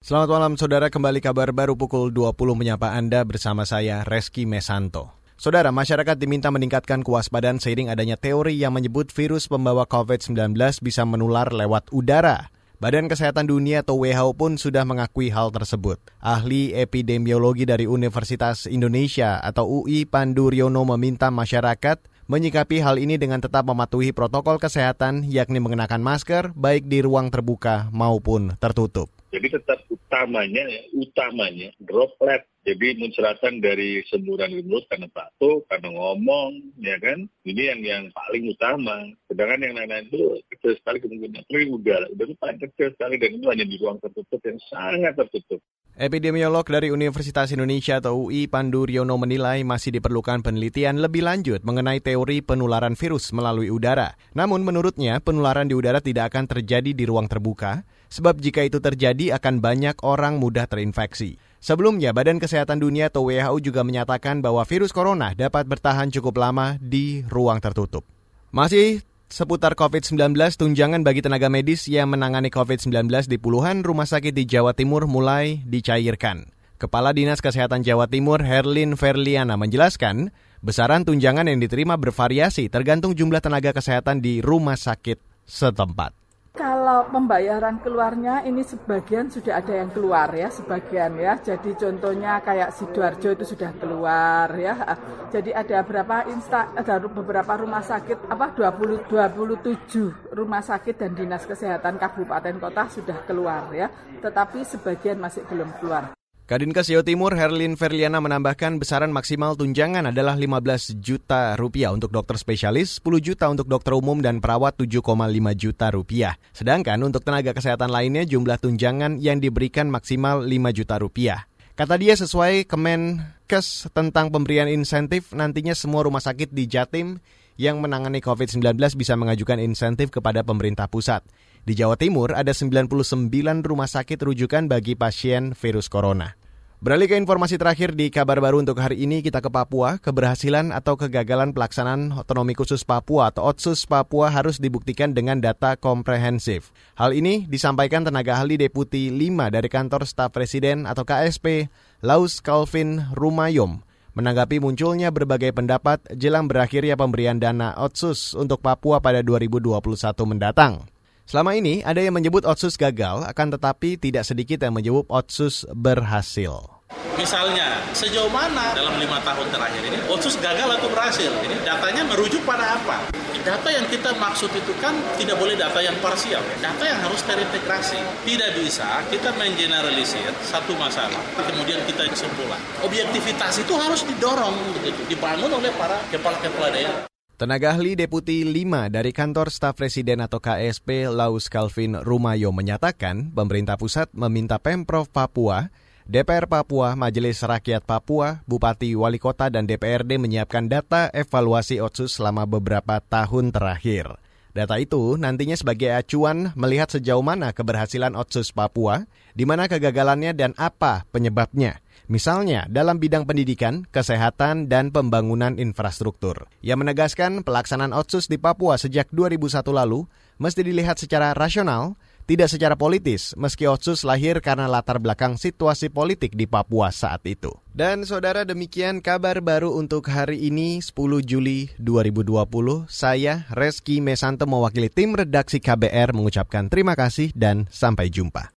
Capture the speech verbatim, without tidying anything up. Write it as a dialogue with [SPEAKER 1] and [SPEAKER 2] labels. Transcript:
[SPEAKER 1] Selamat malam saudara, kembali kabar baru pukul dua puluh menyapa Anda bersama saya Reski Mesanto. Saudara, masyarakat diminta meningkatkan kewaspadaan seiring adanya teori yang menyebut virus pembawa covid sembilan belas bisa menular lewat udara. Badan Kesehatan Dunia atau W H O pun sudah mengakui hal tersebut. Ahli epidemiologi dari Universitas Indonesia atau U I Pandu Riono meminta masyarakat menyikapi hal ini dengan tetap mematuhi protokol kesehatan, yakni mengenakan masker baik di ruang terbuka maupun tertutup.
[SPEAKER 2] Jadi tetap utamanya, utamanya droplet. Jadi muncratan dari semburan mulut karena batuk, karena ngomong, ya kan? Ini yang yang paling utama. Sedangkan yang lain-lain itu kecil sekali kemungkinan. Tapi udara, udara itu paling kecil sekali dan itu hanya di ruang tertutup yang sangat tertutup.
[SPEAKER 1] Epidemiolog dari Universitas Indonesia atau U I Pandu Riono menilai masih diperlukan penelitian lebih lanjut mengenai teori penularan virus melalui udara. Namun menurutnya penularan di udara tidak akan terjadi di ruang terbuka, sebab jika itu terjadi akan banyak orang mudah terinfeksi. Sebelumnya, Badan Kesehatan Dunia atau W H O juga menyatakan bahwa virus corona dapat bertahan cukup lama di ruang tertutup. Masih seputar covid sembilan belas, tunjangan bagi tenaga medis yang menangani covid sembilan belas di puluhan rumah sakit di Jawa Timur mulai dicairkan. Kepala Dinas Kesehatan Jawa Timur, Herlin Ferliana, menjelaskan, besaran tunjangan yang diterima bervariasi tergantung jumlah tenaga kesehatan di rumah sakit setempat.
[SPEAKER 3] Kalau pembayaran keluarnya ini sebagian sudah ada yang keluar ya, sebagian ya. Jadi contohnya kayak Sidoarjo itu sudah keluar ya. Jadi ada berapa insta, ada beberapa rumah sakit apa dua puluh, dua puluh tujuh rumah sakit dan dinas kesehatan kabupaten kota sudah keluar ya. Tetapi sebagian masih belum keluar.
[SPEAKER 1] Kadinkes Jawa Timur Herlin Ferliana menambahkan besaran maksimal tunjangan adalah lima belas juta rupiah untuk dokter spesialis, sepuluh juta untuk dokter umum dan perawat tujuh koma lima juta rupiah. Sedangkan untuk tenaga kesehatan lainnya jumlah tunjangan yang diberikan maksimal lima juta rupiah. Kata dia sesuai Kemenkes tentang pemberian insentif, nantinya semua rumah sakit di Jatim yang menangani covid sembilan belas bisa mengajukan insentif kepada pemerintah pusat. Di Jawa Timur ada sembilan puluh sembilan rumah sakit rujukan bagi pasien virus corona. Beralih ke informasi terakhir di kabar baru untuk hari ini, kita ke Papua. Keberhasilan atau kegagalan pelaksanaan otonomi khusus Papua atau Otsus Papua harus dibuktikan dengan data komprehensif. Hal ini disampaikan tenaga ahli Deputi lima dari Kantor Staf Presiden atau K S P, Laus Calvin Rumayom, menanggapi munculnya berbagai pendapat jelang berakhirnya pemberian dana Otsus untuk Papua pada dua ribu dua puluh satu mendatang. Selama ini ada yang menyebut Otsus gagal, akan tetapi tidak sedikit yang menyebut Otsus berhasil.
[SPEAKER 4] Misalnya, sejauh mana dalam lima tahun terakhir ini Otsus gagal atau berhasil? Ini datanya merujuk pada apa? Data yang kita maksud itu kan tidak boleh data yang parsial, data yang harus terintegrasi. Tidak bisa kita menggeneralisir satu masalah, kemudian kita kesimpulan. Objektivitas itu harus didorong, begitu, dibangun oleh para kepala-kepala daerah.
[SPEAKER 1] Tenaga ahli Deputi lima dari Kantor Staf Presiden atau K S P, Laus Calvin Rumayo, menyatakan pemerintah pusat meminta Pemprov Papua, D P R Papua, Majelis Rakyat Papua, Bupati, Wali Kota, dan D P R D menyiapkan data evaluasi Otsus selama beberapa tahun terakhir. Data itu nantinya sebagai acuan melihat sejauh mana keberhasilan Otsus Papua, di mana kegagalannya dan apa penyebabnya. Misalnya dalam bidang pendidikan, kesehatan, dan pembangunan infrastruktur. Ia menegaskan pelaksanaan Otsus di Papua sejak dua ribu satu lalu mesti dilihat secara rasional, tidak secara politis, meski Otsus lahir karena latar belakang situasi politik di Papua saat itu. Dan saudara, demikian kabar baru untuk hari ini sepuluh Juli dua ribu dua puluh. Saya Reski Mesanto mewakili tim redaksi K B R mengucapkan terima kasih dan sampai jumpa.